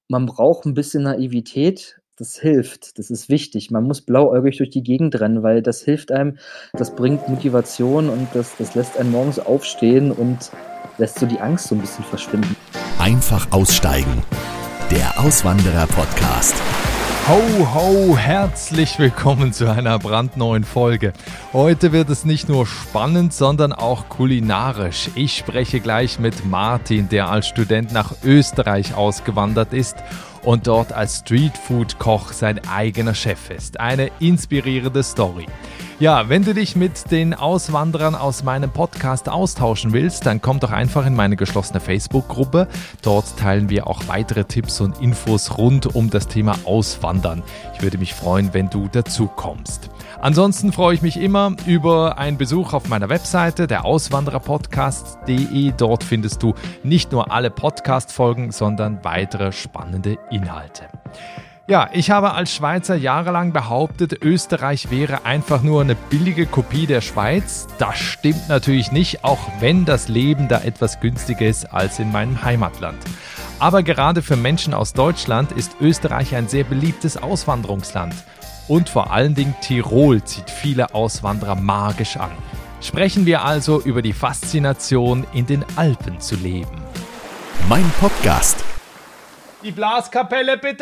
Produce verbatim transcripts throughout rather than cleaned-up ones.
man braucht 'n bisschen Naivität. Das hilft, das ist wichtig. Man muss blauäugig durch die Gegend rennen, weil das hilft einem. Das bringt Motivation und das das lässt einen morgens aufstehen und lässt so die Angst so 'n bisschen verschwinden. Einfach aussteigen. Der Auswanderer-Podcast. Ho, ho, herzlich willkommen zu einer brandneuen Folge. Heute wird es nicht nur spannend, sondern auch kulinarisch. Ich spreche gleich mit Martin, der als Student nach Österreich ausgewandert ist und dort als Streetfood-Koch sein eigener Chef ist. Eine inspirierende Story. Ja, wenn du dich mit den Auswanderern aus meinem Podcast austauschen willst, dann komm doch einfach in meine geschlossene Facebook-Gruppe. Dort teilen wir auch weitere Tipps und Infos rund um das Thema Auswandern. Ich würde mich freuen, wenn du dazu kommst. Ansonsten freue ich mich immer über einen Besuch auf meiner Webseite, der Auswandererpodcast punkt de. Dort findest du nicht nur alle Podcast-Folgen, sondern weitere spannende Inhalte. Ja, ich habe als Schweizer jahrelang behauptet, Österreich wäre einfach nur eine billige Kopie der Schweiz. Das stimmt natürlich nicht, auch wenn das Leben da etwas günstiger ist als in meinem Heimatland. Aber gerade für Menschen aus Deutschland ist Österreich ein sehr beliebtes Auswanderungsland. Und vor allen Dingen Tirol zieht viele Auswanderer magisch an. Sprechen wir also über die Faszination, in den Alpen zu leben. Mein Podcast. Die Blaskapelle bitte!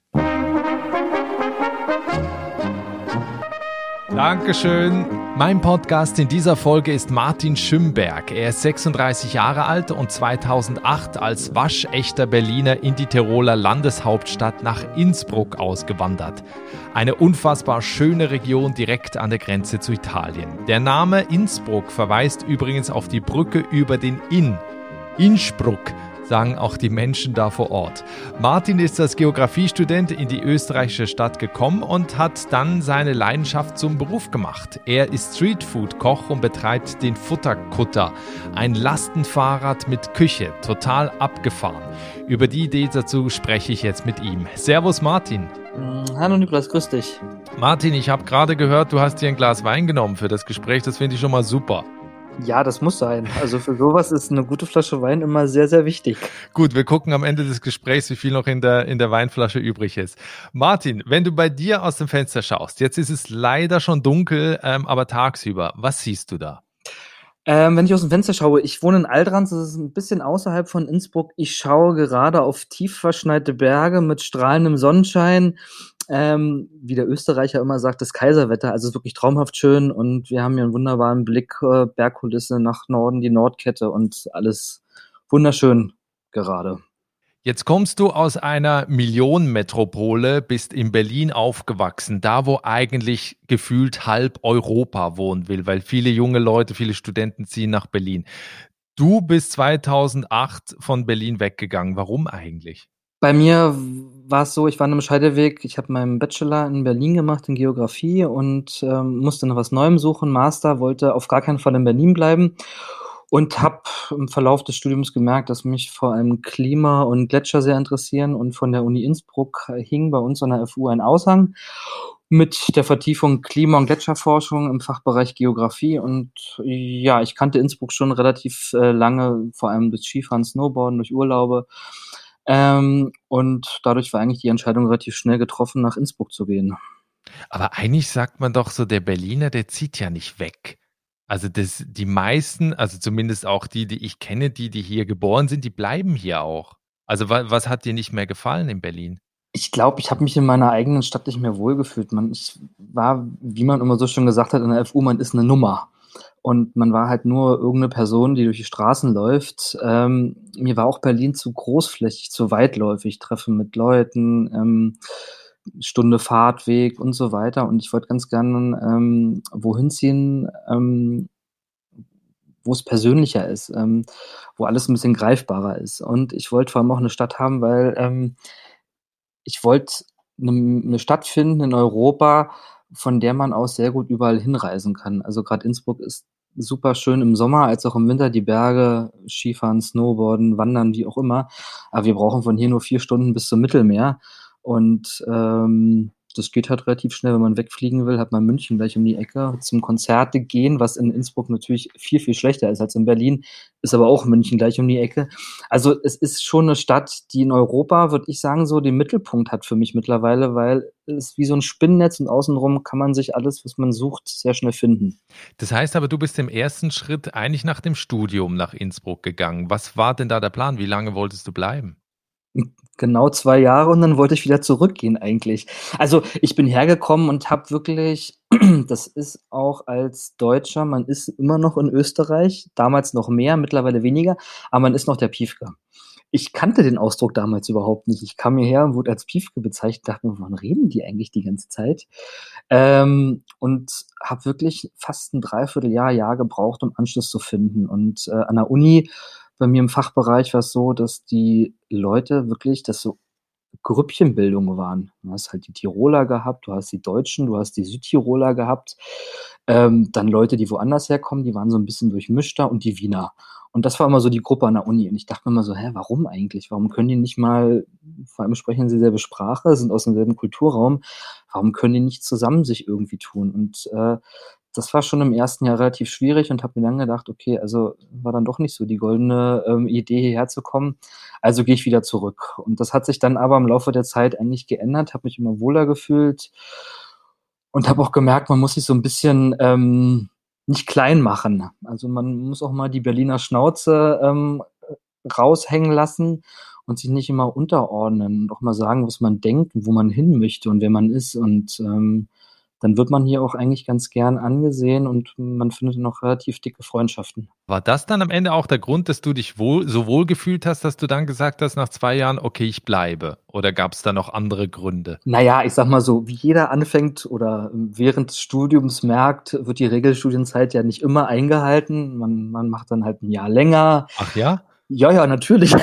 Dankeschön. Mein Podcast in dieser Folge ist Martin Schümberg. Er ist sechsunddreißig Jahre alt und zweitausendacht als waschechter Berliner in die Tiroler Landeshauptstadt nach Innsbruck ausgewandert. Eine unfassbar schöne Region direkt an der Grenze zu Italien. Der Name Innsbruck verweist übrigens auf die Brücke über den Inn. Innsbruck, sagen auch die Menschen da vor Ort. Martin ist als Geografiestudent in die österreichische Stadt gekommen und hat dann seine Leidenschaft zum Beruf gemacht. Er ist Streetfood-Koch und betreibt den Futterkutter, ein Lastenfahrrad mit Küche, total abgefahren. Über die Idee dazu spreche ich jetzt mit ihm. Servus Martin. Hallo Niklas, grüß dich. Martin, ich habe gerade gehört, du hast dir ein Glas Wein genommen für das Gespräch, das finde ich schon mal super. Ja, das muss sein. Also für sowas ist eine gute Flasche Wein immer sehr, sehr wichtig. Gut, wir gucken am Ende des Gesprächs, wie viel noch in der, in der Weinflasche übrig ist. Martin, wenn du bei dir aus dem Fenster schaust, jetzt ist es leider schon dunkel, ähm, aber tagsüber, was siehst du da? Ähm, wenn ich aus dem Fenster schaue, ich wohne in Altrans, das ist ein bisschen außerhalb von Innsbruck. Ich schaue gerade auf tief verschneite Berge mit strahlendem Sonnenschein. Ähm, wie der Österreicher immer sagt, das Kaiserwetter. Also es ist wirklich traumhaft schön und wir haben hier einen wunderbaren Blick, äh, Bergkulisse nach Norden, die Nordkette und alles wunderschön gerade. Jetzt kommst du aus einer Millionenmetropole, bist in Berlin aufgewachsen, da wo eigentlich gefühlt halb Europa wohnen will, weil viele junge Leute, viele Studenten ziehen nach Berlin. Du bist zweitausendacht von Berlin weggegangen. Warum eigentlich? Bei mir war es so, ich war an 'nem Scheideweg. Ich habe meinen Bachelor in Berlin gemacht in Geografie und, ähm, musste nach was Neuem suchen. Master, wollte auf gar keinen Fall in Berlin bleiben und habe im Verlauf des Studiums gemerkt, dass mich vor allem Klima und Gletscher sehr interessieren und von der Uni Innsbruck hing bei uns an der F U ein Aushang mit der Vertiefung Klima- und Gletscherforschung im Fachbereich Geografie und ja, ich kannte Innsbruck schon relativ, äh, lange, vor allem durch Skifahren, Snowboarden, durch Urlaube. Ähm, und dadurch war eigentlich die Entscheidung relativ schnell getroffen, nach Innsbruck zu gehen. Aber eigentlich sagt man doch so, der Berliner, der zieht ja nicht weg. Also das, die meisten, also zumindest auch die, die ich kenne, die, die hier geboren sind, die bleiben hier auch. Also wa- was hat dir nicht mehr gefallen in Berlin? Ich glaube, ich habe mich in meiner eigenen Stadt nicht mehr wohlgefühlt. Man ich war, wie man immer so schön gesagt hat, in der F U, man ist 'ne Nummer. Und man war halt nur irgend 'ne Person, die durch die Straßen läuft. Ähm, mir war auch Berlin zu großflächig, zu weitläufig, Treffen mit Leuten, ähm, Stunde Fahrtweg und so weiter. Und ich wollte ganz gerne, ähm, wohin ziehen, ähm, wo es persönlicher ist, ähm, wo alles 'n bisschen greifbarer ist. Und ich wollte vor allem auch 'ne Stadt haben, weil, ähm, ich wollte 'ne 'ne Stadt finden in Europa, von der man aus sehr gut überall hinreisen kann. Also grad Innsbruck ist super schön im Sommer als auch im Winter, die Berge, Skifahren, Snowboarden, Wandern, wie auch immer. Aber wir brauchen von hier nur vier Stunden bis zum Mittelmeer. Und, ähm, das geht halt relativ schnell. Wenn man wegfliegen will, hat man München gleich um die Ecke. Zum Konzerte gehen, was in Innsbruck natürlich viel, viel schlechter ist als in Berlin, ist aber auch München gleich um die Ecke. Also es ist schon eine Stadt, die in Europa, würde ich sagen, so den Mittelpunkt hat für mich mittlerweile, weil es wie so ein Spinnennetz und außenrum kann man sich alles, was man sucht, sehr schnell finden. Das heißt aber, du bist im ersten Schritt eigentlich nach dem Studium nach Innsbruck gegangen. Was war denn da der Plan? Wie lange wolltest du bleiben? Genau zwei Jahre und dann wollte ich wieder zurückgehen eigentlich. Also, ich bin hergekommen und habe wirklich das ist auch als Deutscher, man ist immer noch in Österreich, damals noch mehr, mittlerweile weniger, aber man ist noch der Piefke. Ich kannte den Ausdruck damals überhaupt nicht. Ich kam hierher und wurde als Piefke bezeichnet, dachte mir: „Wovon reden die eigentlich die ganze Zeit?“ Ähm, und habe wirklich fast 'n Dreivierteljahr, Jahr gebraucht, um Anschluss zu finden. Und, äh, an der Uni bei mir im Fachbereich war's so, dass die Leute wirklich das so Grüppchenbildung waren. Du hast halt die Tiroler gehabt, du hast die Deutschen, du hast die Südtiroler gehabt, ähm, dann Leute, die woanders herkommen, die waren so 'n bisschen durchmischter und die Wiener. Und das war immer so die Gruppe an der Uni. Und ich dachte mir immer so: „Hä, warum eigentlich? Warum können die nicht mal vor allem sprechen sie dieselbe Sprache, sind aus demselben Kulturraum. Warum können die nicht zusammen sich irgendwie tun?“ Und, äh, das war schon im ersten Jahr relativ schwierig und habe mir dann gedacht: „Okay, also war dann doch nicht so die goldene, ähm, Idee, hierher zu kommen. Also gehe ich wieder zurück.“ Und das hat sich dann aber im Laufe der Zeit eigentlich geändert, habe mich immer wohler gefühlt und habe auch gemerkt, man muss sich so 'n bisschen, ähm, nicht klein machen. Also, man muss auch mal die Berliner Schnauze, ähm, raushängen lassen und sich nicht immer unterordnen und auch mal sagen, was man denkt und wo man hin möchte und wer man ist. Und, ähm, dann wird man hier auch eigentlich ganz gern angesehen und man findet dann auch relativ dicke Freundschaften. War das dann am Ende auch der Grund, dass du dich wohl so wohl gefühlt hast, dass du dann gesagt hast nach zwei Jahren: „Okay, ich bleibe“? Oder gab's da noch andere Gründe? Na ja, ich sage mal so, wie jeder anfängt oder während des Studiums merkt, wird die Regelstudienzeit ja nicht immer eingehalten. Man man macht dann halt 'n Jahr länger. Ach ja? Ja, ja, natürlich.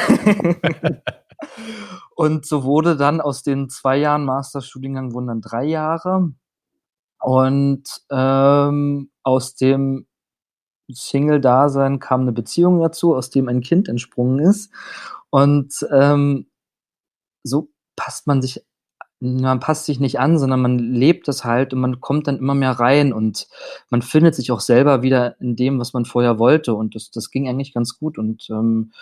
Und so wurde dann aus den zwei Jahren Masterstudiengang wurden dann drei Jahre. Und, ähm, aus dem Single-Dasein kam 'ne Beziehung dazu, aus dem ein Kind entsprungen ist. Und, ähm, so passt man sich man passt sich nicht an, sondern man lebt das halt und man kommt dann immer mehr rein und man findet sich auch selber wieder in dem, was man vorher wollte. Und das das ging eigentlich ganz gut und, ähm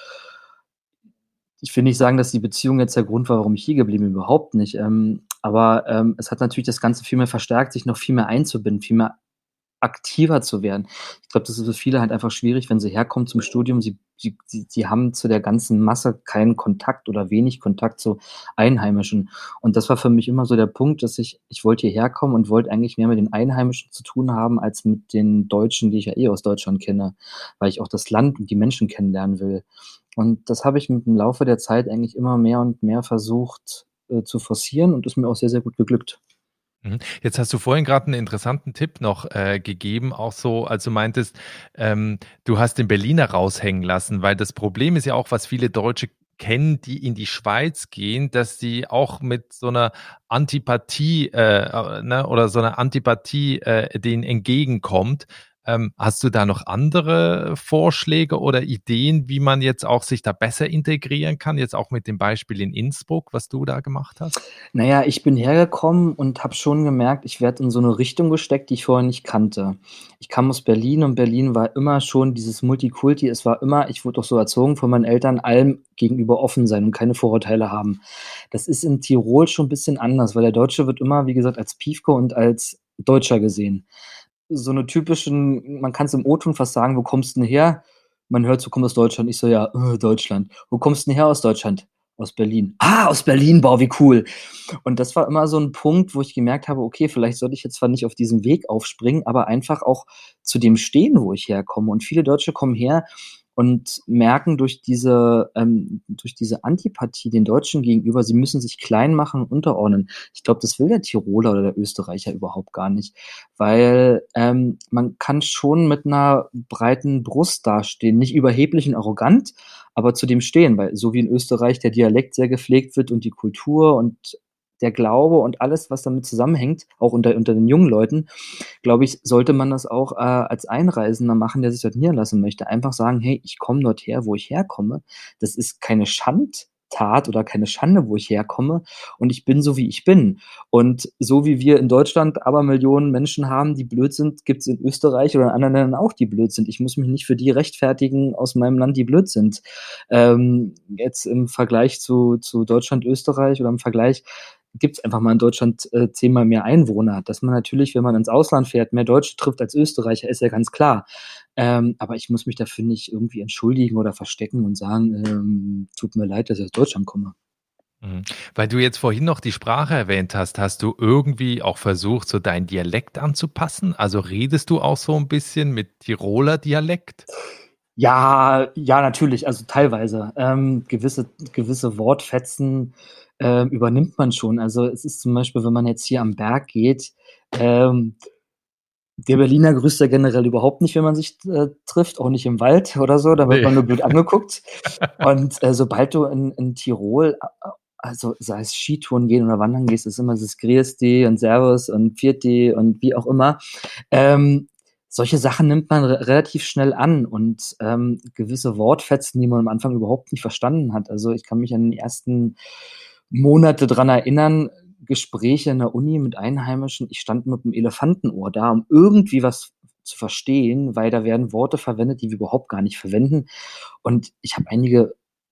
ich will nicht sagen, dass die Beziehung jetzt der Grund war, warum ich hier geblieben bin, überhaupt nicht. Ähm, aber, ähm, es hat natürlich das Ganze viel mehr verstärkt, sich noch viel mehr einzubinden, viel mehr aktiver zu werden. Ich glaube, das ist für viele halt einfach schwierig, wenn sie herkommen zum Studium. Sie sie sie sie haben zu der ganzen Masse keinen Kontakt oder wenig Kontakt zu Einheimischen. Und das war für mich immer so der Punkt, dass ich ich wollte hierher kommen und wollte eigentlich mehr mit den Einheimischen zu tun haben, als mit den Deutschen, die ich ja eh aus Deutschland kenne, weil ich auch das Land und die Menschen kennenlernen will. Und das habe ich mit dem Laufe der Zeit eigentlich immer mehr und mehr versucht, äh, zu forcieren und ist mir auch sehr, sehr gut geglückt. Mhm. Jetzt hast du vorhin grad 'n interessanten Tipp noch, äh, gegeben, auch so, als du meintest, ähm, du hast den Berliner raushängen lassen, weil das Problem ist ja auch, was viele Deutsche kennen, die in die Schweiz gehen, dass sie auch mit so 'ner Antipathie, äh, äh, ne oder so 'ner Antipathie, äh, denen entgegenkommt. Ähm, hast du da noch andere Vorschläge oder Ideen, wie man jetzt auch sich da besser integrieren kann, jetzt auch mit dem Beispiel in Innsbruck, was du da gemacht hast? Na ja, ich bin hergekommen und habe schon gemerkt, ich werde in so 'ne Richtung gesteckt, die ich vorher nicht kannte. Ich kam aus Berlin und Berlin war immer schon dieses Multikulti. Es war immer ich wurde auch so erzogen von meinen Eltern, allem gegenüber offen sein und keine Vorurteile haben. Das ist in Tirol schon bisschen anders, weil der Deutsche wird immer, wie gesagt, als Piefke und als Deutscher gesehen. So 'ne typischen man kann's im O-Ton fast sagen: „Wo kommst 'n her?“ Man hört so: „Komme aus Deutschland.“ Ich so: „Ja, äh, Deutschland.“ „Wo kommst 'n her aus Deutschland?“ „Aus Berlin.“ „Ah, aus Berlin, boah, wie cool.“ Und das war immer so 'n Punkt, wo ich gemerkt habe: „Okay, vielleicht sollte ich jetzt zwar nicht auf diesen Weg aufspringen, aber einfach auch zu dem stehen, wo ich herkomme.“ Und viele Deutsche kommen her und merken durch diese ähm, durch diese Antipathie den Deutschen gegenüber, sie müssen sich klein machen und unterordnen. Ich glaube, das will der Tiroler oder der Österreicher überhaupt gar nicht, weil, ähm, man kann schon mit 'ner breiten Brust dastehen, nicht überheblich und arrogant, aber zu dem stehen, weil so wie in Österreich der Dialekt sehr gepflegt wird und die Kultur und der Glaube und alles, was damit zusammenhängt, auch unter unter den jungen Leuten, glaube ich, sollte man das auch, äh, als Einreisender machen, der sich dort niederlassen möchte. Einfach sagen: „Hey, ich komme dort her, wo ich herkomme. Das ist keine Schand Tat oder keine Schande, wo ich herkomme und ich bin so, wie ich bin. Und so wie wir in Deutschland Abermillionen Menschen haben, die blöd sind, gibt's in Österreich oder in anderen Ländern auch, die blöd sind. Ich muss mich nicht für die rechtfertigen aus meinem Land, die blöd sind. Ähm, jetzt im Vergleich zu zu Deutschland, Österreich oder im Vergleich gibt's einfach mal in Deutschland äh, zehnmal mehr Einwohner. Dass man natürlich, wenn man ins Ausland fährt, mehr Deutsche trifft als Österreicher, ist ja ganz klar. Ähm, aber ich muss mich dafür nicht irgendwie entschuldigen oder verstecken und sagen, ähm, tut mir leid, dass ich aus Deutschland komme. Mhm. Weil du jetzt vorhin noch die Sprache erwähnt hast, hast du irgendwie auch versucht, so deinen Dialekt anzupassen? Also redest du auch so ein bisschen mit Tiroler Dialekt? Ja, ja, natürlich, also teilweise. Ähm, gewisse, gewisse Wortfetzen äh, übernimmt man schon. Also es ist zum Beispiel, wenn man jetzt hier am Berg geht, ähm, der Berliner grüßt ja generell überhaupt nicht, wenn man sich äh, trifft, auch nicht im Wald oder so, da wird Ne. man nur blöd angeguckt. Und äh, sobald du in, in Tirol, äh, also sei es Skitouren gehen oder wandern gehst, ist immer das Grüß dich und Servus und Pfiat dich und wie auch immer. Ähm, solche Sachen nimmt man re relativ schnell an und ähm, gewisse Wortfetzen, die man am Anfang überhaupt nicht verstanden hat. Also ich kann mich an die ersten Monate dran erinnern, Gespräche in der Uni mit Einheimischen. Ich stand mit dem Elefantenohr da, um irgendwie was zu verstehen, weil da werden Worte verwendet, die wir überhaupt gar nicht verwenden. Und ich habe einige,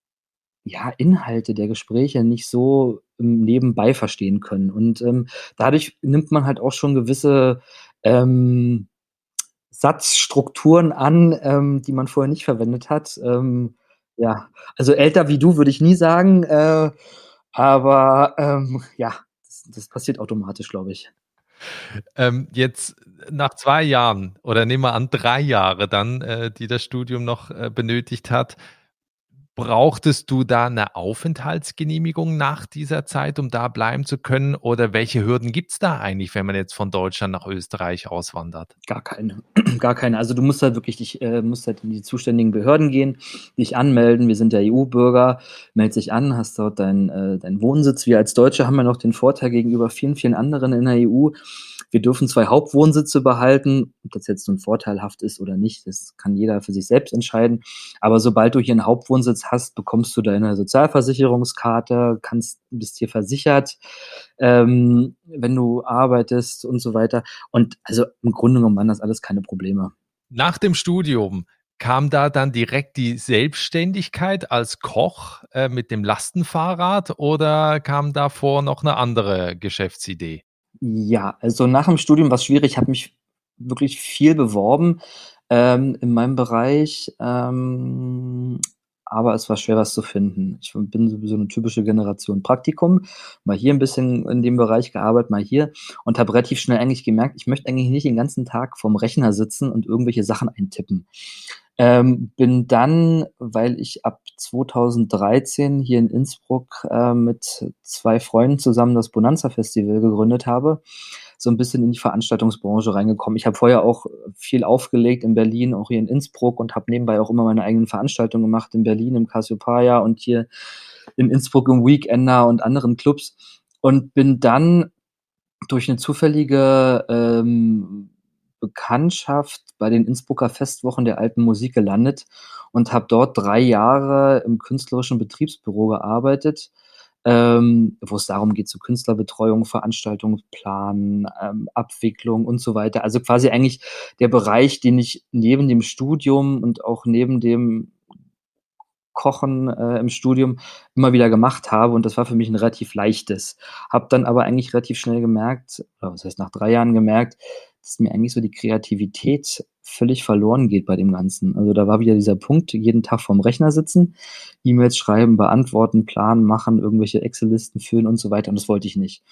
ja, Inhalte der Gespräche nicht so ähm, nebenbei verstehen können. Und ähm, dadurch nimmt man halt auch schon gewisse ähm, Satzstrukturen an, ähm, die man vorher nicht verwendet hat. Ähm, ja, also älter wie du würde ich nie sagen, äh, aber ähm, ja, das, das passiert automatisch, glaube ich. Ähm, jetzt nach zwei Jahren oder nehmen wir an drei Jahre dann, äh, die das Studium noch, äh, benötigt hat. Brauchtest du da 'ne Aufenthaltsgenehmigung nach dieser Zeit, um da bleiben zu können? Oder welche Hürden gibt's da eigentlich, wenn man jetzt von Deutschland nach Österreich auswandert? Gar keine, gar keine. Also du musst halt wirklich dich, äh, musst halt in die zuständigen Behörden gehen, dich anmelden. Wir sind ja E U-Bürger, meldest dich an, hast dort deinen äh, deinen Wohnsitz. Wir als Deutsche haben ja noch den Vorteil gegenüber vielen, vielen anderen in der E U. Wir dürfen zwei Hauptwohnsitze behalten. Ob das jetzt nun vorteilhaft ist oder nicht, das kann jeder für sich selbst entscheiden. Aber sobald du hier einen Hauptwohnsitz hast, bekommst du deine Sozialversicherungskarte, kannst, bist hier versichert, ähm, wenn du arbeitest und so weiter. Und also im Grunde genommen waren das alles keine Probleme. Nach dem Studium kam da dann direkt die Selbstständigkeit als Koch, äh, mit dem Lastenfahrrad oder kam davor noch 'ne andere Geschäftsidee? Ja, also nach dem Studium war's schwierig. Ich habe mich wirklich viel beworben, ähm, in meinem Bereich, ähm, aber es war schwer, was zu finden. Ich bin sowieso 'ne typische Generation Praktikum, mal hier 'n bisschen in dem Bereich gearbeitet, mal hier und habe relativ schnell eigentlich gemerkt, ich möchte eigentlich nicht den ganzen Tag vorm Rechner sitzen und irgendwelche Sachen eintippen. Ähm, bin dann, weil ich ab zweitausenddreizehn hier in Innsbruck, äh, mit zwei Freunden zusammen das Bonanza Festival gegründet habe, so 'n bisschen in die Veranstaltungsbranche reingekommen. Ich habe vorher auch viel aufgelegt in Berlin, auch hier in Innsbruck und habe nebenbei auch immer meine eigenen Veranstaltungen gemacht in Berlin im Cassiopeia und hier in Innsbruck im Weekender und anderen Clubs und bin dann durch 'ne zufällige, ähm, Bekanntschaft bei den Innsbrucker Festwochen der Alten Musik gelandet und habe dort drei Jahre im künstlerischen Betriebsbüro gearbeitet, ähm, wo es darum geht, so Künstlerbetreuung, Veranstaltungen planen, ähm, Abwicklung und so weiter. Also quasi eigentlich der Bereich, den ich neben dem Studium und auch neben dem Kochen, äh, im Studium immer wieder gemacht habe und das war für mich 'n relativ leichtes. Habe dann aber eigentlich relativ schnell gemerkt oder was heißt nach drei Jahren gemerkt, dass mir eigentlich so die Kreativität völlig verloren geht bei dem Ganzen. Also, da war wieder dieser Punkt, jeden Tag vorm Rechner sitzen, E-Mails schreiben, beantworten, planen, machen, irgendwelche Excel-Listen führen und so weiter und das wollte ich nicht.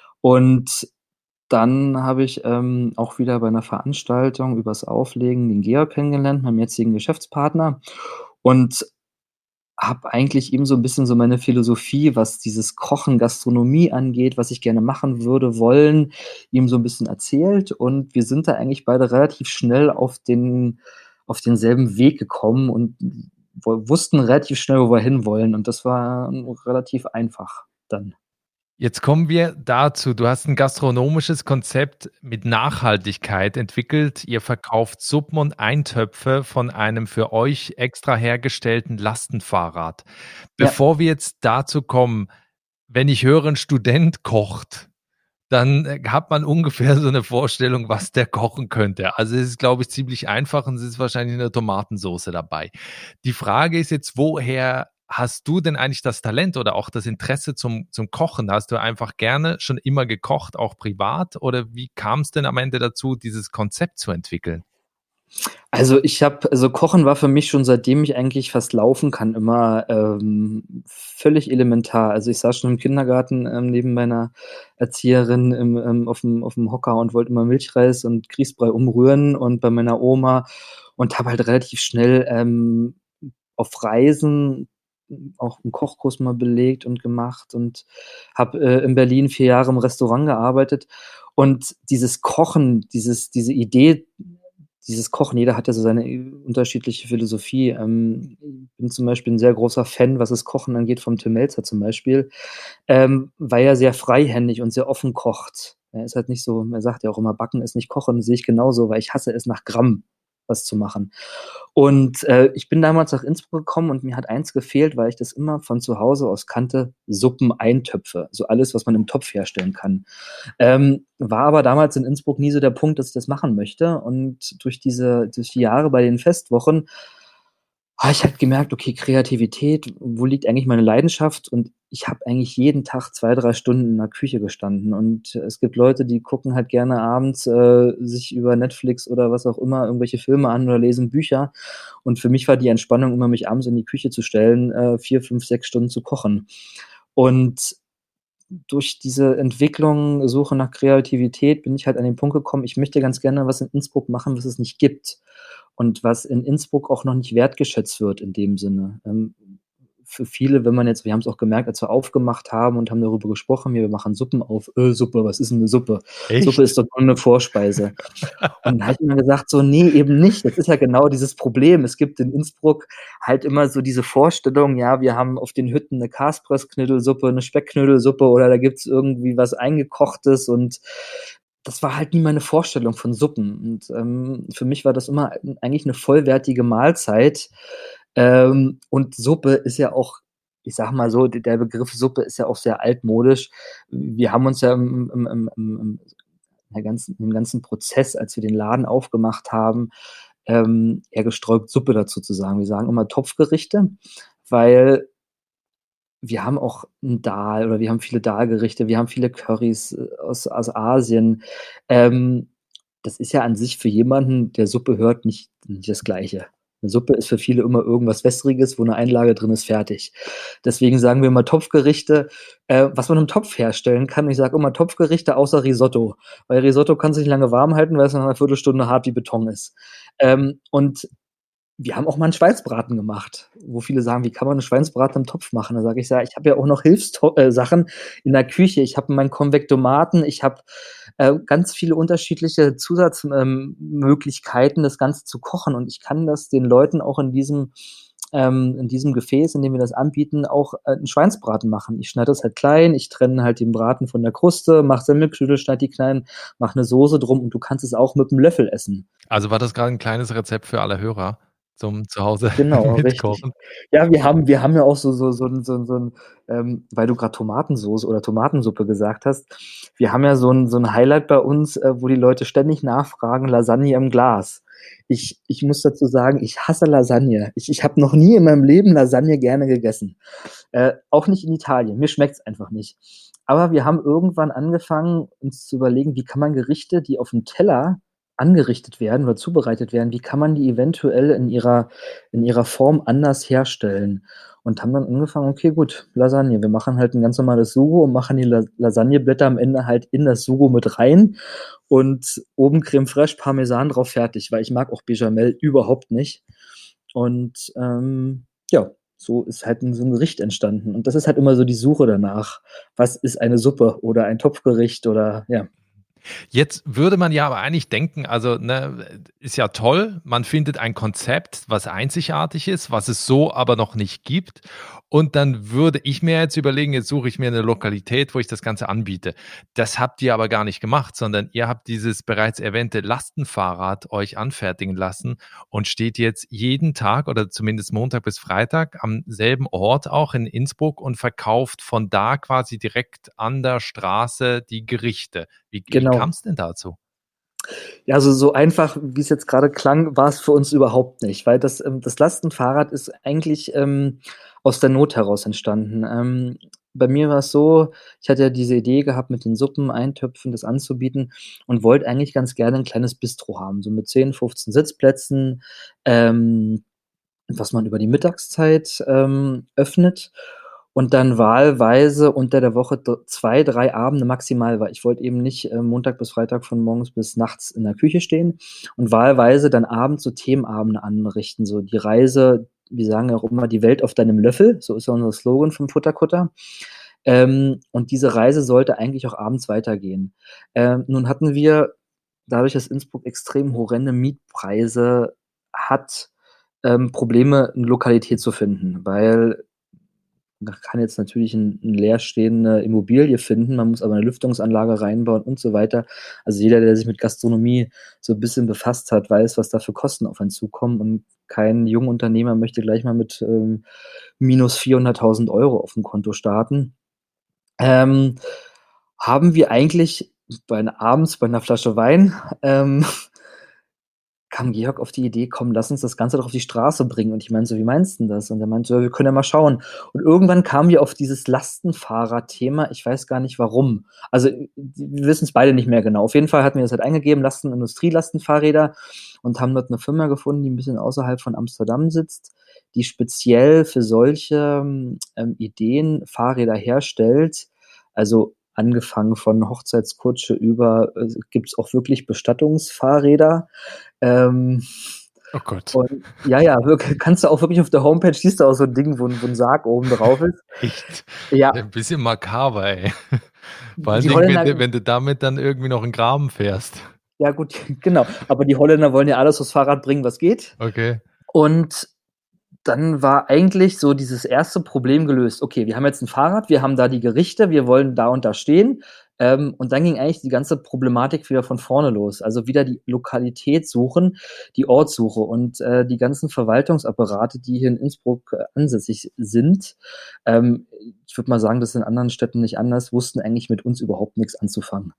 Und dann habe ich, ähm, auch wieder bei 'ner Veranstaltung übers Auflegen den Georg kennengelernt, meinen jetzigen Geschäftspartner und habe eigentlich ihm so 'n bisschen so meine Philosophie, was dieses Kochen, Gastronomie angeht, was ich gerne machen würde, wollen, ihm so 'n bisschen erzählt und wir sind da eigentlich beide relativ schnell auf den auf denselben Weg gekommen und w wussten relativ schnell, wo wir hinwollen und das war relativ einfach dann. Jetzt kommen wir dazu. Du hast ein gastronomisches Konzept mit Nachhaltigkeit entwickelt. Ihr verkauft Suppen und Eintöpfe von einem für euch extra hergestellten Lastenfahrrad. Ja. Bevor wir jetzt dazu kommen, wenn ich höre, 'n Student kocht, dann, äh, hat man ungefähr so eine Vorstellung, was der kochen könnte. Also, es ist, glaube ich, ziemlich einfach und es ist wahrscheinlich 'ne Tomatensoße dabei. Die Frage ist jetzt, woher hast du denn eigentlich das Talent oder auch das Interesse zum zum Kochen? Hast du einfach gerne schon immer gekocht, auch privat? Oder wie kam's denn am Ende dazu, dieses Konzept zu entwickeln? Also, ich habe also, Kochen war für mich schon, seitdem ich eigentlich fast laufen kann, immer, ähm, völlig elementar. Also, ich saß schon im Kindergarten, ähm, neben meiner Erzieherin im ähm, aufm aufm Hocker und wollte immer Milchreis und Grießbrei umrühren und bei meiner Oma und habe halt relativ schnell, ähm, auf Reisen auch 'n Kochkurs mal belegt und gemacht und habe, äh, in Berlin vier Jahre im Restaurant gearbeitet. Und dieses Kochen, dieses diese Idee dieses Kochen, jeder hat ja so seine äh, unterschiedliche Philosophie. Ähm, bin zum Beispiel 'n sehr großer Fan, was das Kochen angeht, vom Tim Mälzer zum Beispiel, ähm, weil er sehr freihändig und sehr offen kocht. Er ist halt nicht so er sagt ja auch immer: „Backen ist nicht Kochen", sehe ich genauso, weil ich hasse es, nach Gramm was zu machen. Und, äh, ich bin damals nach Innsbruck gekommen und mir hat eins gefehlt, weil ich das immer von zu Hause aus kannte: Suppen, Eintöpfe, so alles, was man im Topf herstellen kann. Ähm, war aber damals in Innsbruck nie so der Punkt, dass ich das machen möchte. Und durch diese durch die Jahre bei den Festwochen habe ich halt gemerkt: Okay, Kreativität, wo liegt eigentlich meine Leidenschaft? Und ich habe eigentlich jeden Tag zwei, drei Stunden in der Küche gestanden. Und es gibt Leute, die gucken halt gerne abends, äh, sich über Netflix oder was auch immer irgendwelche Filme an oder lesen Bücher. Und für mich war die Entspannung immer, mich abends in die Küche zu stellen, äh, vier, fünf, sechs Stunden zu kochen. Und durch diese Entwicklung, Suche nach Kreativität bin ich halt an den Punkt gekommen, ich möchte ganz gerne was in Innsbruck machen, was es nicht gibt und was in Innsbruck auch noch nicht wertgeschätzt wird in dem Sinne. Ähm, für viele, wenn man jetzt wir haben's auch gemerkt, als wir aufgemacht haben und haben darüber gesprochen: „Wir machen Suppen auf." „Äh, Suppe, was ist 'n 'ne Suppe? Suppe Echt? ist doch nur 'ne Vorspeise." Und dann habe ich immer gesagt so: „Ne, eben nicht." Das ist ja genau dieses Problem. Es gibt in Innsbruck halt immer so diese Vorstellung, ja, wir haben auf den Hütten 'ne Kaspressknödelsuppe, 'ne Speckknödelsuppe oder da gibt's irgendwie was Eingekochtes und das war halt nie meine Vorstellung von Suppen. Und, ähm, für mich war das immer eigentlich 'ne vollwertige Mahlzeit. Ähm, und Suppe ist ja auch ich sage mal so, d der Begriff Suppe ist ja auch sehr altmodisch. Wir haben uns ja im im im im im in der ganzen im ganzen Prozess, als wir den Laden aufgemacht haben, ähm, eher gesträubt, Suppe dazu zu sagen. Wir sagen immer Topfgerichte, weil wir haben auch 'n Dal oder wir haben viele Dalgerichte, wir haben viele Currys, äh, aus aus Asien. Ähm, das ist ja an sich für jemanden, der Suppe hört, nicht nicht das Gleiche. 'Ne Suppe ist für viele immer irgendwas Wässriges, wo 'ne Einlage drin ist, fertig. Deswegen sagen wir immer Topfgerichte, äh, was man im Topf herstellen kann. Ich sage immer Topfgerichte außer Risotto, weil Risotto kannst du nicht lange warm halten, weil es nach 'ner Viertelstunde hart wie Beton ist. Ähm, und wir haben auch mal 'n Schweinsbraten gemacht, wo viele sagen: „Wie kann man 'n Schweinsbraten im Topf machen?" Da sage ich: „Ja, ich habe ja auch noch Hilfsto äh, Sachen in der Küche. Ich habe meinen Konvektomaten, ich habe, äh, ganz viele unterschiedliche Zusatz ähm, Möglichkeiten, das Ganze zu kochen und ich kann das den Leuten auch in diesem ähm, in diesem Gefäß, in dem wir das anbieten, auch, äh, 'n Schweinsbraten machen. Ich schneide das halt klein, ich trenne halt den Braten von der Kruste, mache Semmelknödel, schneide die klein, mache 'ne Soße drum und du kannst es auch mit 'm Löffel essen." Also, war das grad 'n kleines Rezept für alle Hörer zum zu Hause Genau, richtig. mitkochen? Ja, wir haben wir haben ja auch so so so 'n so 'n so 'n ähm, weil du grad Tomatensoße oder Tomatensuppe gesagt hast. Wir haben ja so 'n so 'n Highlight bei uns, äh, wo die Leute ständig nachfragen: Lasagne im Glas. Ich ich muss dazu sagen, ich hasse Lasagne. Ich ich habe noch nie in meinem Leben Lasagne gerne gegessen. Äh, auch nicht in Italien. Mir schmeckt's einfach nicht. Aber wir haben irgendwann angefangen, uns zu überlegen, wie kann man Gerichte, die aufm Teller angerichtet werden oder zubereitet werden, wie kann man die eventuell in ihrer in ihrer Form anders herstellen? Und haben dann angefangen: „Okay, gut, Lasagne. Wir machen halt 'n ganz normales Sugo und machen die La Lasagneblätter am Ende halt in das Sugo mit rein und oben Crème Fraiche, Parmesan drauf, fertig." Weil ich mag auch Béchamel überhaupt nicht. Und, ähm, ja, so ist halt 'n so 'n Gericht entstanden. Und das ist halt immer so die Suche danach. Was ist eine Suppe oder ein Topfgericht oder ja. Jetzt würde man ja aber eigentlich denken, also ne, ist ja toll, man findet ein Konzept, was einzigartig ist, was es so aber noch nicht gibt. Und dann würde ich mir jetzt überlegen, jetzt suche ich mir eine Lokalität, wo ich das Ganze anbiete. Das habt ihr aber gar nicht gemacht, sondern ihr habt dieses bereits erwähnte Lastenfahrrad euch anfertigen lassen und steht jetzt jeden Tag oder zumindest Montag bis Freitag am selben Ort auch in Innsbruck und verkauft von da quasi direkt an der Straße die Gerichte. Wie, wie Genau. kam es denn dazu? Ja, also so einfach, wie es jetzt gerade klang, war es für uns überhaupt nicht, weil das, ähm, das Lastenfahrrad ist eigentlich ähm, aus der Not heraus entstanden. Ähm, bei mir war es so, ich hatte ja diese Idee gehabt, mit den Suppen, Eintöpfen das anzubieten und wollte eigentlich ganz gerne ein kleines Bistro haben, so mit zehn, fünfzehn Sitzplätzen, ähm, was man über die Mittagszeit ähm, öffnet und dann wahlweise unter der Woche d- zwei, drei Abende maximal, weil ich wollte eben nicht äh, Montag bis Freitag von morgens bis nachts in der Küche stehen und wahlweise dann abends so Themenabende anrichten, so die Reise, wir sagen ja auch immer, die Welt auf deinem Löffel, so ist ja unser Slogan vom Futterkutter. Ähm, und diese Reise sollte eigentlich auch abends weitergehen. Ähm, nun hatten wir, dadurch, dass Innsbruck extrem horrende Mietpreise hat, ähm, Probleme, eine Lokalität zu finden, weil man kann jetzt natürlich ein 'n leerstehende Immobilie finden, man muss aber eine Lüftungsanlage reinbauen und so weiter. Also, jeder, der sich mit Gastronomie so ein bisschen befasst hat, weiß, was da für Kosten auf einen zukommen und kein Jungunternehmer möchte gleich mal mit, ähm, minus vierhunderttausend Euro auf dem Konto starten. Ähm, Haben wir eigentlich bei 'n abends bei einer Flasche Wein, ähm kam Georg auf die Idee: „Komm, lass uns das Ganze doch auf die Straße bringen.“ Und ich meinte so: „Wie meinst 'n das?“ Und er meinte so: „Ja, wir können ja mal schauen.“ Und irgendwann kamen wir auf dieses Lastenfahrrad-Thema. Ich weiß gar nicht warum. Also, äh, wir wissen's beide nicht mehr genau. Auf jeden Fall hatten wir das halt eingegeben, Lasten Industrielastenfahrräder und haben dort 'ne Firma gefunden, die 'n bisschen außerhalb von Amsterdam sitzt, die speziell für solche, ähm, Ideen Fahrräder herstellt. Also, angefangen von Hochzeitskutsche über äh, gibt's auch wirklich Bestattungsfahrräder. Ähm, Oh Gott. und ja, ja, wirk kannst du auch wirklich auf der Homepage siehst du auch so 'n Ding, wo 'n wo 'n Sarg oben drauf ist. Echt? Ja, Ein bisschen makaber, ey. Vor allen die Dingen, wenn du, Holländer wenn du damit dann irgendwie noch in 'n Graben fährst. ja gut, genau. Aber die Holländer wollen ja alles aufs Fahrrad bringen, was geht. Okay. Und dann war eigentlich so dieses erste Problem gelöst. Okay, wir haben jetzt 'n Fahrrad, wir haben da die Gerichte, wir wollen da und da stehen. Ähm, und dann ging eigentlich die ganze Problematik wieder von vorne los. Also wieder die Lokalität suchen, die Ortssuche und äh, die ganzen Verwaltungsapparate, die hier in Innsbruck äh, ansässig sind. Ähm, ich würde mal sagen, das ist in anderen Städten nicht anders, wussten eigentlich mit uns überhaupt nichts anzufangen.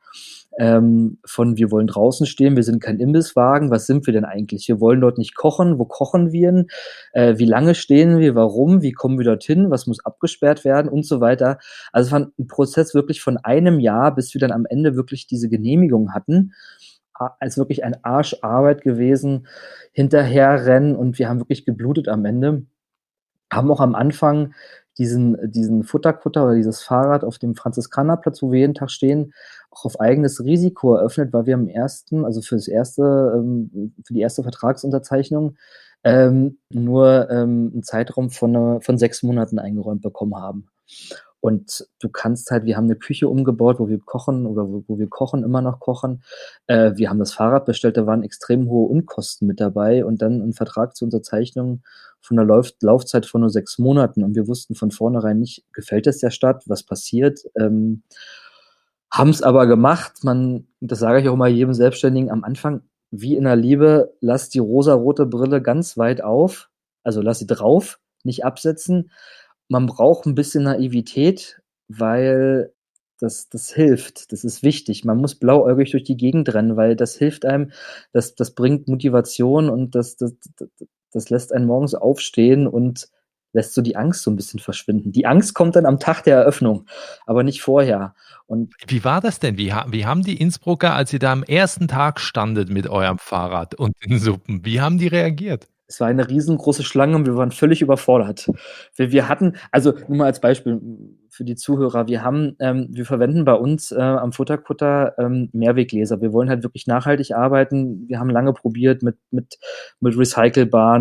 Ähm, von wir wollen draußen stehen, wir sind kein Imbisswagen, was sind wir denn eigentlich? Wir wollen dort nicht kochen, wo kochen wir denn? Äh, wie lange stehen wir, warum, wie kommen wir dorthin, was muss abgesperrt werden und so weiter. Also es war ein Prozess wirklich von einem Jahr, bis wir dann am Ende wirklich diese Genehmigung hatten. A- als wirklich ein Arsch Arbeit gewesen, hinterherrennen und wir haben wirklich geblutet am Ende. Haben auch am Anfang diesen, diesen Futterkutter oder dieses Fahrrad auf dem Franziskanerplatz, wo wir jeden Tag stehen, auch auf eigenes Risiko eröffnet, weil wir am ersten, also für das erste, ähm, für die erste Vertragsunterzeichnung ähm, nur ähm, einen Zeitraum von, äh, von sechs Monaten eingeräumt bekommen haben. Und du kannst halt, wir haben eine Küche umgebaut, wo wir kochen oder wo, wo wir kochen, immer noch kochen. Äh, wir haben das Fahrrad bestellt, da waren extrem hohe Unkosten mit dabei und dann ein Vertrag zur Unterzeichnung von einer Lauf Laufzeit von nur sechs Monaten. Und wir wussten von vornherein nicht, gefällt es der Stadt, was passiert. Ähm, haben es aber gemacht. Man, das sage ich auch mal jedem Selbstständigen am Anfang, wie in der Liebe, lass die rosarote Brille ganz weit auf, also lass sie drauf, nicht absetzen. Man braucht ein bisschen Naivität, weil das das hilft. Das ist wichtig. Man muss blauäugig durch die Gegend rennen, weil das hilft einem, das das bringt Motivation und das das das das lässt einen morgens aufstehen und lässt so die Angst so ein bisschen verschwinden. Die Angst kommt dann am Tag der Eröffnung, aber nicht vorher. Und Wie war das denn? Wie, ha wie haben die Innsbrucker, als ihr da am ersten Tag standet mit eurem Fahrrad und den Suppen, wie haben die reagiert? es war eine riesengroße Schlange und wir waren völlig überfordert. Wir, wir hatten, also nur mal als Beispiel für die Zuhörer, wir haben, ähm, wir verwenden bei uns äh, am Futterkutter ähm, Mehrweggläser. Wir wollen halt wirklich nachhaltig arbeiten. Wir haben lange probiert mit, mit, mit recycelbaren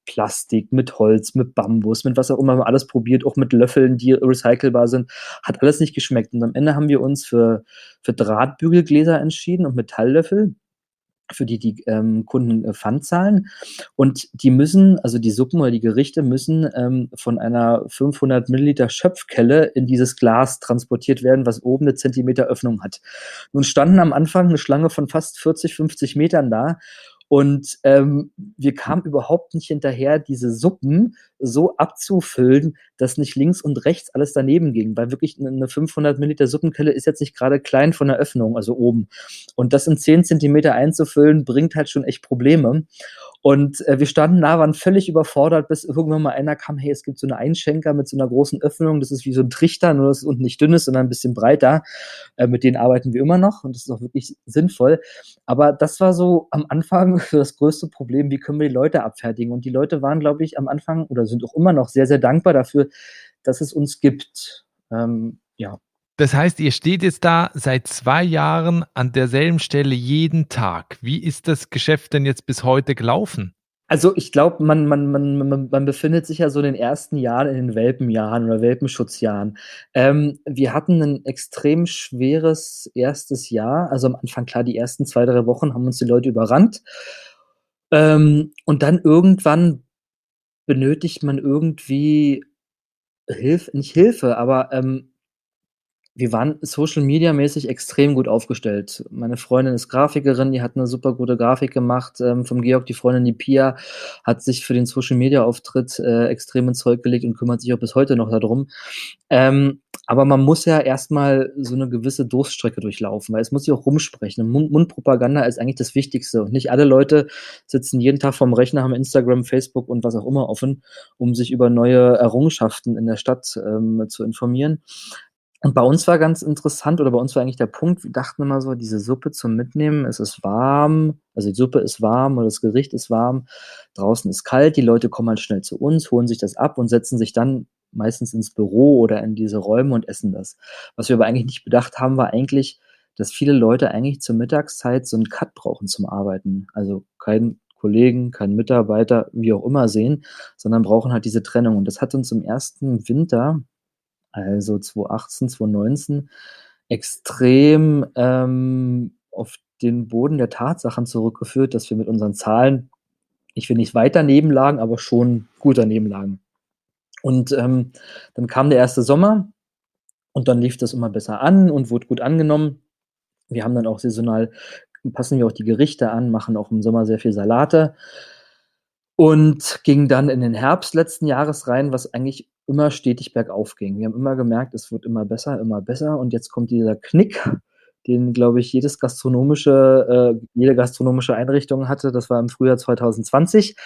Plastik, mit Holz, mit Bambus, mit was auch immer, haben wir alles probiert, auch mit Löffeln, die recycelbar sind. Hat alles nicht geschmeckt. Und am Ende haben wir uns für für Drahtbügelgläser entschieden und Metalllöffel, für die die, ähm, Kunden, äh, Pfand zahlen. Und die müssen also die Suppen oder die Gerichte müssen, ähm, von einer fünfhundert Milliliter Schöpfkelle in dieses Glas transportiert werden, was oben 'ne Zentimeter Öffnung hat. Nun standen am Anfang 'ne Schlange von fast vierzig, fünfzig Metern da und, ähm, wir kamen überhaupt nicht hinterher, diese Suppen so abzufüllen, dass nicht links und rechts alles daneben ging, weil wirklich 'ne 'ne fünfhundert Milliliter Suppenkelle ist jetzt nicht grade klein von der Öffnung, also oben. Und das in zehn Zentimeter einzufüllen, bringt halt schon echt Probleme. Und, äh, wir standen da, waren völlig überfordert, bis irgendwann mal einer kam: „Hey, es gibt so 'ne Einschenker mit so 'ner großen Öffnung, das ist wie so 'n Trichter, nur dass es unten nicht dünn ist, sondern 'n bisschen breiter." Äh, mit denen arbeiten wir immer noch und das ist auch wirklich sinnvoll. Aber das war so am Anfang das größte Problem: Wie können wir die Leute abfertigen? Und die Leute waren, glaube ich, am Anfang oder sind auch immer noch sehr, sehr dankbar dafür, dass es uns gibt. Ähm, ja. Das heißt, ihr steht jetzt da seit zwei Jahren an derselben Stelle jeden Tag. Wie ist das Geschäft denn jetzt bis heute gelaufen? Also, ich glaube, man man man man man befindet sich ja so in den ersten Jahren, in den Welpenjahren oder Welpenschutzjahren. Ähm, wir hatten 'nen extrem schweres erstes Jahr. Also, am Anfang, klar, die ersten zwei, drei Wochen haben uns die Leute überrannt. Ähm, und dann irgendwann benötigt man irgendwie Hilf nicht Hilfe, aber, ähm wir waren social-media-mäßig extrem gut aufgestellt. Meine Freundin ist Grafikerin, die hat 'ne super gute Grafik gemacht. Ähm, vom Georg, die Freundin, die Pia, hat sich für den Social-Media-Auftritt, äh, extrem ins Zeug gelegt und kümmert sich auch bis heute noch da drum. Ähm, aber man muss ja erst mal so 'ne gewisse Durststrecke durchlaufen, weil es muss sich auch rumsprechen. Mund Mundpropaganda ist eigentlich das Wichtigste und nicht alle Leute sitzen jeden Tag vorm Rechner, haben Instagram, Facebook und was auch immer offen, um sich über neue Errungenschaften in der Stadt, ähm, zu informieren. Und bei uns war ganz interessant oder bei uns war eigentlich der Punkt, wir dachten immer so: „Diese Suppe zum Mitnehmen, es ist warm, also die Suppe ist warm oder das Gericht ist warm, draußen ist kalt, die Leute kommen halt schnell zu uns, holen sich das ab und setzen sich dann meistens ins Büro oder in diese Räume und essen das." Was wir aber eigentlich nicht bedacht haben, war eigentlich, dass viele Leute eigentlich zur Mittagszeit so 'n Cut brauchen zum Arbeiten. Also, keinen Kollegen, keinen Mitarbeiter, wie auch immer sehen, sondern brauchen halt diese Trennung. Und das hat uns im ersten Winter, also zwanzig achtzehn, zwanzig neunzehn, extrem, ähm, auf den Boden der Tatsachen zurückgeführt, dass wir mit unseren Zahlen, ich will nicht weit daneben lagen, aber schon gut daneben lagen. Und, ähm, dann kam der erste Sommer und dann lief das immer besser an und wurde gut angenommen. Wir haben dann auch saisonal passen wir auch die Gerichte an, machen auch im Sommer sehr viel Salate und gingen dann in den Herbst letzten Jahres rein, was eigentlich immer stetig bergauf ging. Wir haben immer gemerkt, es wird immer besser, immer besser und jetzt kommt dieser Knick, den, glaube ich, jedes gastronomische äh, jede gastronomische Einrichtung hatte. Das war im Frühjahr zwanzig zwanzig,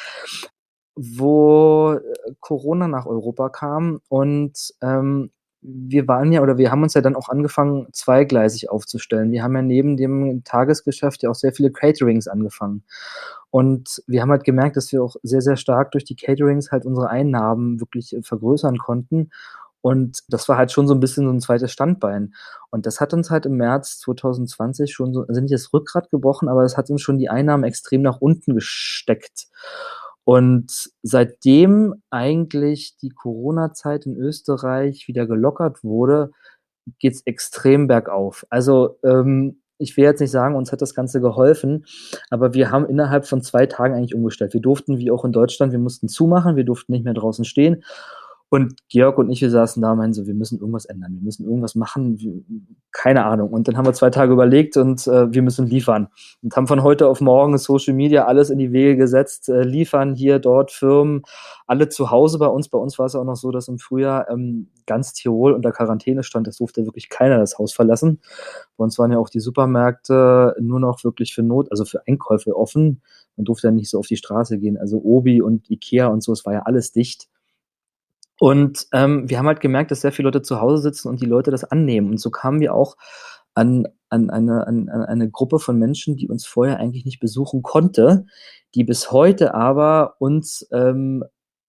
wo, äh, Corona nach Europa kam und, ähm, wir waren ja oder wir haben uns ja dann auch angefangen, zweigleisig aufzustellen. Wir haben ja neben dem Tagesgeschäft ja auch sehr viele Caterings angefangen. Und wir haben halt gemerkt, dass wir auch sehr, sehr stark durch die Caterings halt unsere Einnahmen wirklich, äh, vergrößern konnten. Und das war halt schon so 'n bisschen so 'n zweites Standbein. Und das hat uns halt im März zwanzig zwanzig schon so also nicht das Rückgrat gebrochen, aber es hat uns schon die Einnahmen extrem nach unten gesteckt. Und seitdem eigentlich die Corona-Zeit in Österreich wieder gelockert wurde, geht's extrem bergauf. Also, ähm, ich will jetzt nicht sagen, uns hat das Ganze geholfen, aber wir haben innerhalb von zwei Tagen eigentlich umgestellt. Wir durften wie auch in Deutschland wir mussten zumachen, wir durften nicht mehr draußen stehen. Und Georg und ich, wir saßen da und meinten so: „Wir müssen irgendwas ändern. Wir müssen irgendwas machen, w keine Ahnung." Und dann haben wir zwei Tage überlegt und, äh, wir müssen liefern. Und haben von heute auf morgen Social Media alles in die Wege gesetzt, äh, liefern hier, dort, Firmen, alle zu Hause bei uns. Bei uns war es auch noch so, dass im Frühjahr, ähm, ganz Tirol unter Quarantäne stand. Es durfte wirklich keiner das Haus verlassen. Bei uns waren ja auch die Supermärkte nur noch wirklich für Not also für Einkäufe offen. Man durfte ja nicht so auf die Straße gehen. Also Obi und IKEA und so, es war ja alles dicht. Und, ähm, wir haben halt gemerkt, dass sehr viele Leute zu Hause sitzen und die Leute das annehmen. Und so kamen wir auch an an eine an an eine Gruppe von Menschen, die uns vorher eigentlich nicht besuchen konnte, die bis heute aber uns, ähm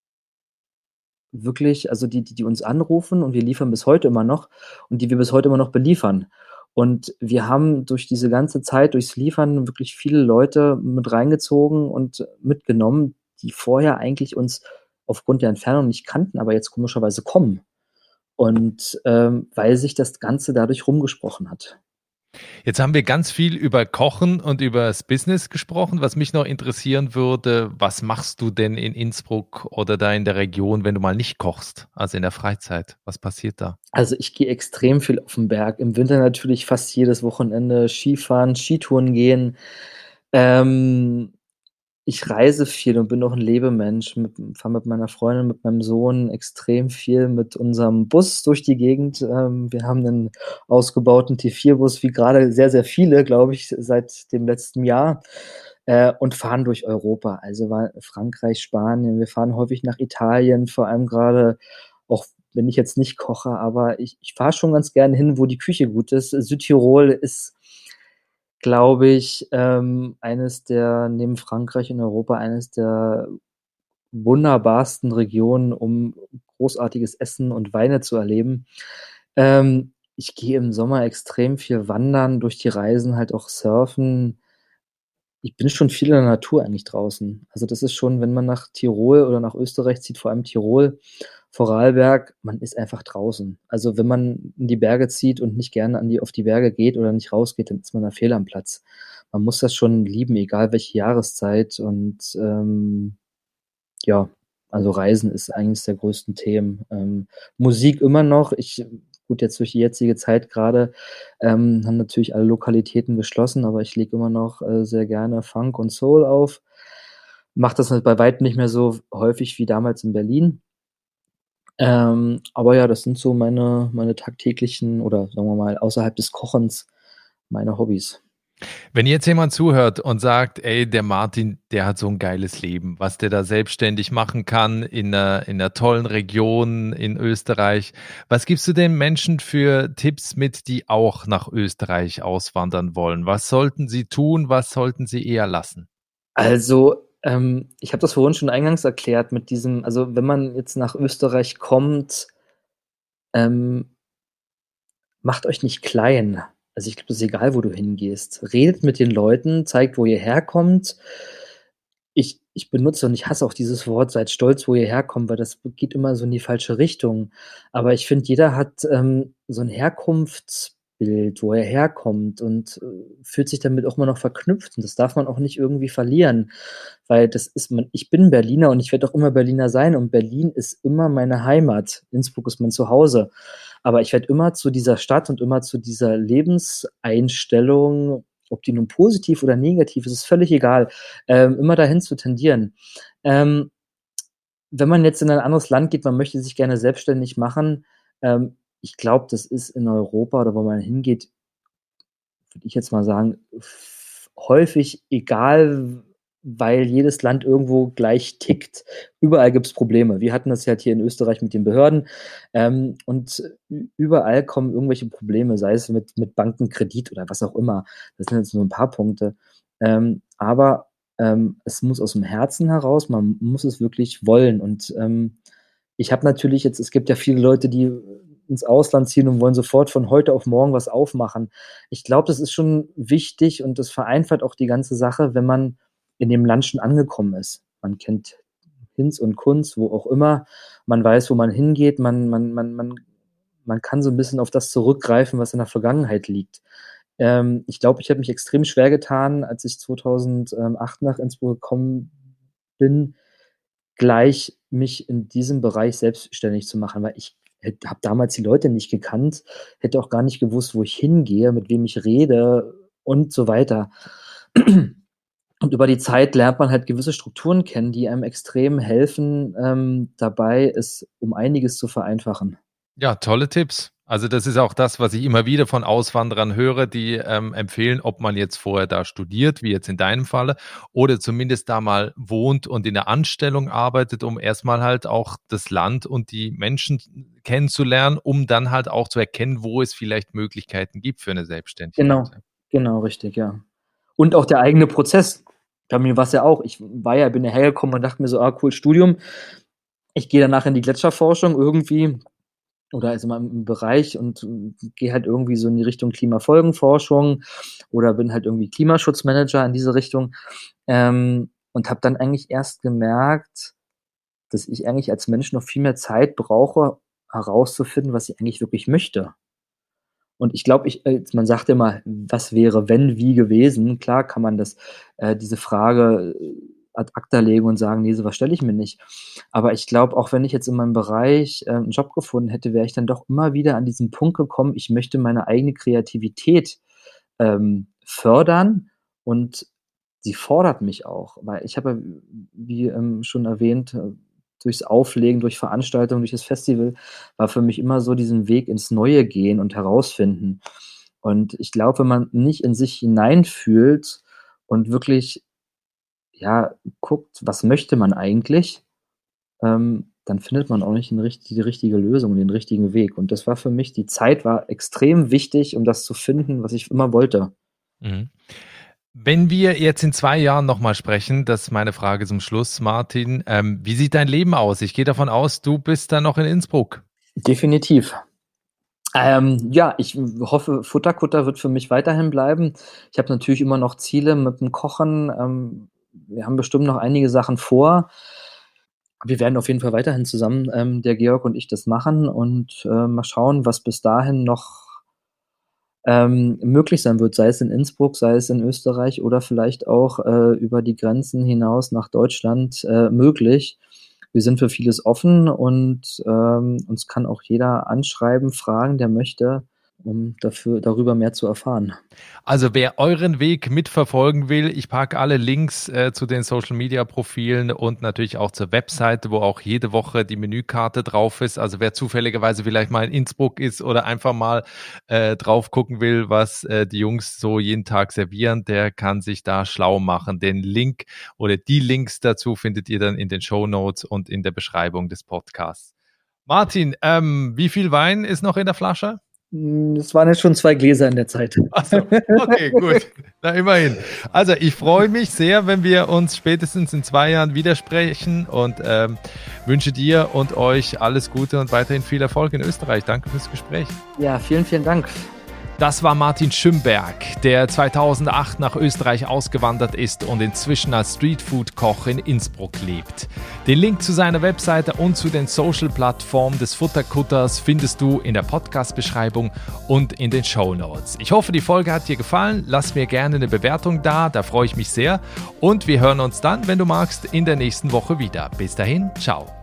wirklich also die die die uns anrufen und wir liefern bis heute immer noch und die wir bis heute immer noch beliefern. Und wir haben durch diese ganze Zeit, durchs Liefern wirklich viele Leute mit reingezogen und mitgenommen, die vorher eigentlich uns aufgrund der Entfernung nicht kannten, aber jetzt komischerweise kommen. Und ähm, weil sich das Ganze dadurch rumgesprochen hat. Jetzt haben wir ganz viel über Kochen und über das Business gesprochen. Was mich noch interessieren würde, was machst du denn in Innsbruck oder da in der Region, wenn du mal nicht kochst, also in der Freizeit? Was passiert da? Also ich gehe extrem viel auf den Berg. Im Winter natürlich fast jedes Wochenende Skifahren, Skitouren gehen. Ähm, ich reise viel und bin auch ein Lebemensch. Mit, fahre mit meiner Freundin, mit meinem Sohn extrem viel mit unserem Bus durch die Gegend. Ähm, wir haben einen ausgebauten T vier Bus, wie gerade sehr, sehr viele, glaube ich, seit dem letzten Jahr. Äh, und fahren durch Europa. Also war Frankreich, Spanien. Wir fahren häufig nach Italien, vor allem gerade auch wenn ich jetzt nicht koche, aber ich, ich fahre schon ganz gerne hin, wo die Küche gut ist. Südtirol ist, glaube ich, ähm, eines der, neben Frankreich in Europa, eines der wunderbarsten Regionen, um großartiges Essen und Weine zu erleben. Ähm, ich gehe im Sommer extrem viel wandern, durch die Reisen halt auch surfen. Ich bin schon viel in der Natur eigentlich draußen. Also das ist schon, wenn man nach Tirol oder nach Österreich zieht, vor allem Tirol, Vorarlberg, man ist einfach draußen. Also wenn man in die Berge zieht und nicht gerne an die, auf die Berge geht oder nicht rausgeht, dann ist man da fehl am Platz. Man muss das schon lieben, egal welche Jahreszeit. Und ähm, ja, also Reisen ist eines der größten Themen. Ähm, Musik immer noch. Ich, gut, jetzt durch die jetzige Zeit gerade ähm, haben natürlich alle Lokalitäten geschlossen, aber ich lege immer noch äh, sehr gerne Funk und Soul auf. Mache das halt bei weitem nicht mehr so häufig wie damals in Berlin. Ähm, aber ja, das sind so meine, meine tagtäglichen oder sagen wir mal außerhalb des Kochens meine Hobbys. Wenn jetzt jemand zuhört und sagt, ey, der Martin, der hat so ein geiles Leben, was der da selbstständig machen kann in einer, in einer tollen Region in Österreich. Was gibst du den Menschen für Tipps mit, die auch nach Österreich auswandern wollen? Was sollten sie tun? Was sollten sie eher lassen? Also, ähm, ich habe das vorhin schon eingangs erklärt mit diesem, also wenn man jetzt nach Österreich kommt, ähm, macht euch nicht klein. Also ich glaube, es ist egal, wo du hingehst. Redet mit den Leuten, zeigt, wo ihr herkommt. Ich, ich benutze und ich hasse auch dieses Wort, seid stolz, wo ihr herkommt, weil das geht immer so in die falsche Richtung. Aber ich finde, jeder hat ähm, so ein Herkunftsbild, wo er herkommt und äh, fühlt sich damit auch immer noch verknüpft. Und das darf man auch nicht irgendwie verlieren, weil das ist man, ich bin Berliner und ich werde auch immer Berliner sein und Berlin ist immer meine Heimat. Innsbruck ist mein Zuhause. Aber ich werde immer zu dieser Stadt und immer zu dieser Lebenseinstellung, ob die nun positiv oder negativ ist, ist völlig egal, ähm, immer dahin zu tendieren. Ähm, wenn man jetzt in ein anderes Land geht, man möchte sich gerne selbstständig machen, ähm, ich glaube, das ist in Europa oder wo man hingeht, würde ich jetzt mal sagen, f- häufig egal, weil jedes Land irgendwo gleich tickt. Überall gibt es Probleme. Wir hatten das halt hier in Österreich mit den Behörden ähm, und ü- überall kommen irgendwelche Probleme, sei es mit, mit Bankenkredit oder was auch immer. Das sind jetzt nur ein paar Punkte. Ähm, aber ähm, es muss aus dem Herzen heraus, man muss es wirklich wollen. Und ähm, ich habe natürlich jetzt, es gibt ja viele Leute, die ins Ausland ziehen und wollen sofort von heute auf morgen was aufmachen. Ich glaube, das ist schon wichtig und das vereinfacht auch die ganze Sache, wenn man in dem Land schon angekommen ist. Man kennt Hinz und Kunz, wo auch immer. Man weiß, wo man hingeht. Man, man, man, man, man kann so ein bisschen auf das zurückgreifen, was in der Vergangenheit liegt. Ähm, ich glaube, ich habe mich extrem schwer getan, als ich zweitausendacht nach Innsbruck gekommen bin, gleich mich in diesem Bereich selbstständig zu machen, weil ich habe damals die Leute nicht gekannt, hätte auch gar nicht gewusst, wo ich hingehe, mit wem ich rede und so weiter. Und über die Zeit lernt man halt gewisse Strukturen kennen, die einem extrem helfen, ähm, dabei es um einiges zu vereinfachen. Ja, tolle Tipps. Also das ist auch das, was ich immer wieder von Auswanderern höre, die ähm, empfehlen, ob man jetzt vorher da studiert, wie jetzt in deinem Falle, oder zumindest da mal wohnt und in der Anstellung arbeitet, um erstmal halt auch das Land und die Menschen kennenzulernen, um dann halt auch zu erkennen, wo es vielleicht Möglichkeiten gibt für eine Selbstständigkeit. Genau, genau, richtig, ja. Und auch der eigene Prozess. Bei mir war es ja auch, ich war ja, bin ja hergekommen und dachte mir so, ah, cool, Studium. Ich gehe danach in die Gletscherforschung irgendwie oder also mal im Bereich und äh, gehe halt irgendwie so in die Richtung Klimafolgenforschung oder bin halt irgendwie Klimaschutzmanager in diese Richtung. Ähm, und habe dann eigentlich erst gemerkt, dass ich eigentlich als Mensch noch viel mehr Zeit brauche, herauszufinden, was ich eigentlich wirklich möchte. Und ich glaube, ich äh, man sagt immer: „Was wäre, wenn, wie gewesen?“ Klar kann man das äh, diese Frage äh, ad acta legen und sagen: „Ne, so was stelle ich mir nicht.“ Aber ich glaube, auch wenn ich jetzt in meinem Bereich, äh, 'n Job gefunden hätte, wäre ich dann doch immer wieder an diesen Punkt gekommen, ich möchte meine eigene Kreativität, ähm, fördern und sie fordert mich auch, weil ich habe ja, wie, ähm, schon erwähnt, äh, durchs Auflegen, durch Veranstaltungen, durch das Festival, war für mich immer so diesen Weg ins Neue gehen und herausfinden. Und ich glaube, wenn man nicht in sich hineinfühlt und wirklich, ja, guckt, was möchte man eigentlich, ähm, dann findet man auch nicht 'n richt die richtige Lösung, den richtigen Weg. Und das war für mich die Zeit war extrem wichtig, um das zu finden, was ich immer wollte. Mhm. Wenn wir jetzt in zwei Jahren noch mal sprechen, das ist meine Frage zum Schluss, Martin, ähm, wie sieht dein Leben aus? Ich gehe davon aus, du bist dann noch in Innsbruck. Definitiv. Ähm, ja, ich hoffe, Futterkutter wird für mich weiterhin bleiben. Ich habe natürlich immer noch Ziele mit dem Kochen. Ähm, wir haben bestimmt noch einige Sachen vor. Wir werden auf jeden Fall weiterhin zusammen, ähm, der Georg und ich, das machen und, äh, mal schauen, was bis dahin noch ähm, möglich sein wird, sei es in Innsbruck, sei es in Österreich oder vielleicht auch, äh, über die Grenzen hinaus nach Deutschland, äh, möglich. Wir sind für vieles offen und, ähm, uns kann auch jeder anschreiben, fragen, der möchte, um dafür darüber mehr zu erfahren. Also wer euren Weg mitverfolgen will, ich packe alle Links äh, zu den Social-Media-Profilen und natürlich auch zur Webseite, wo auch jede Woche die Menükarte drauf ist. Also wer zufälligerweise vielleicht mal in Innsbruck ist oder einfach mal äh, drauf gucken will, was äh, die Jungs so jeden Tag servieren, der kann sich da schlau machen. Den Link oder die Links dazu findet ihr dann in den Shownotes und in der Beschreibung des Podcasts. Martin, ähm, wie viel Wein ist noch in der Flasche? Hm, es waren jetzt schon zwei Gläser in der Zeit. Ach so, okay, gut. Na, immerhin. Also, ich freue mich sehr, wenn wir uns spätestens in zwei Jahren widersprechen und ähm, wünsche dir und euch alles Gute und weiterhin viel Erfolg in Österreich. Danke fürs Gespräch. Ja, vielen, vielen Dank. Das war Martin Schümberg, der zweitausendacht nach Österreich ausgewandert ist und inzwischen als Streetfood-Koch in Innsbruck lebt. Den Link zu seiner Webseite und zu den Social-Plattformen des Futterkutters findest du in der Podcast-Beschreibung und in den Shownotes. Ich hoffe, die Folge hat dir gefallen. Lass mir gerne eine Bewertung da, da freue ich mich sehr. Und wir hören uns dann, wenn du magst, in der nächsten Woche wieder. Bis dahin, ciao.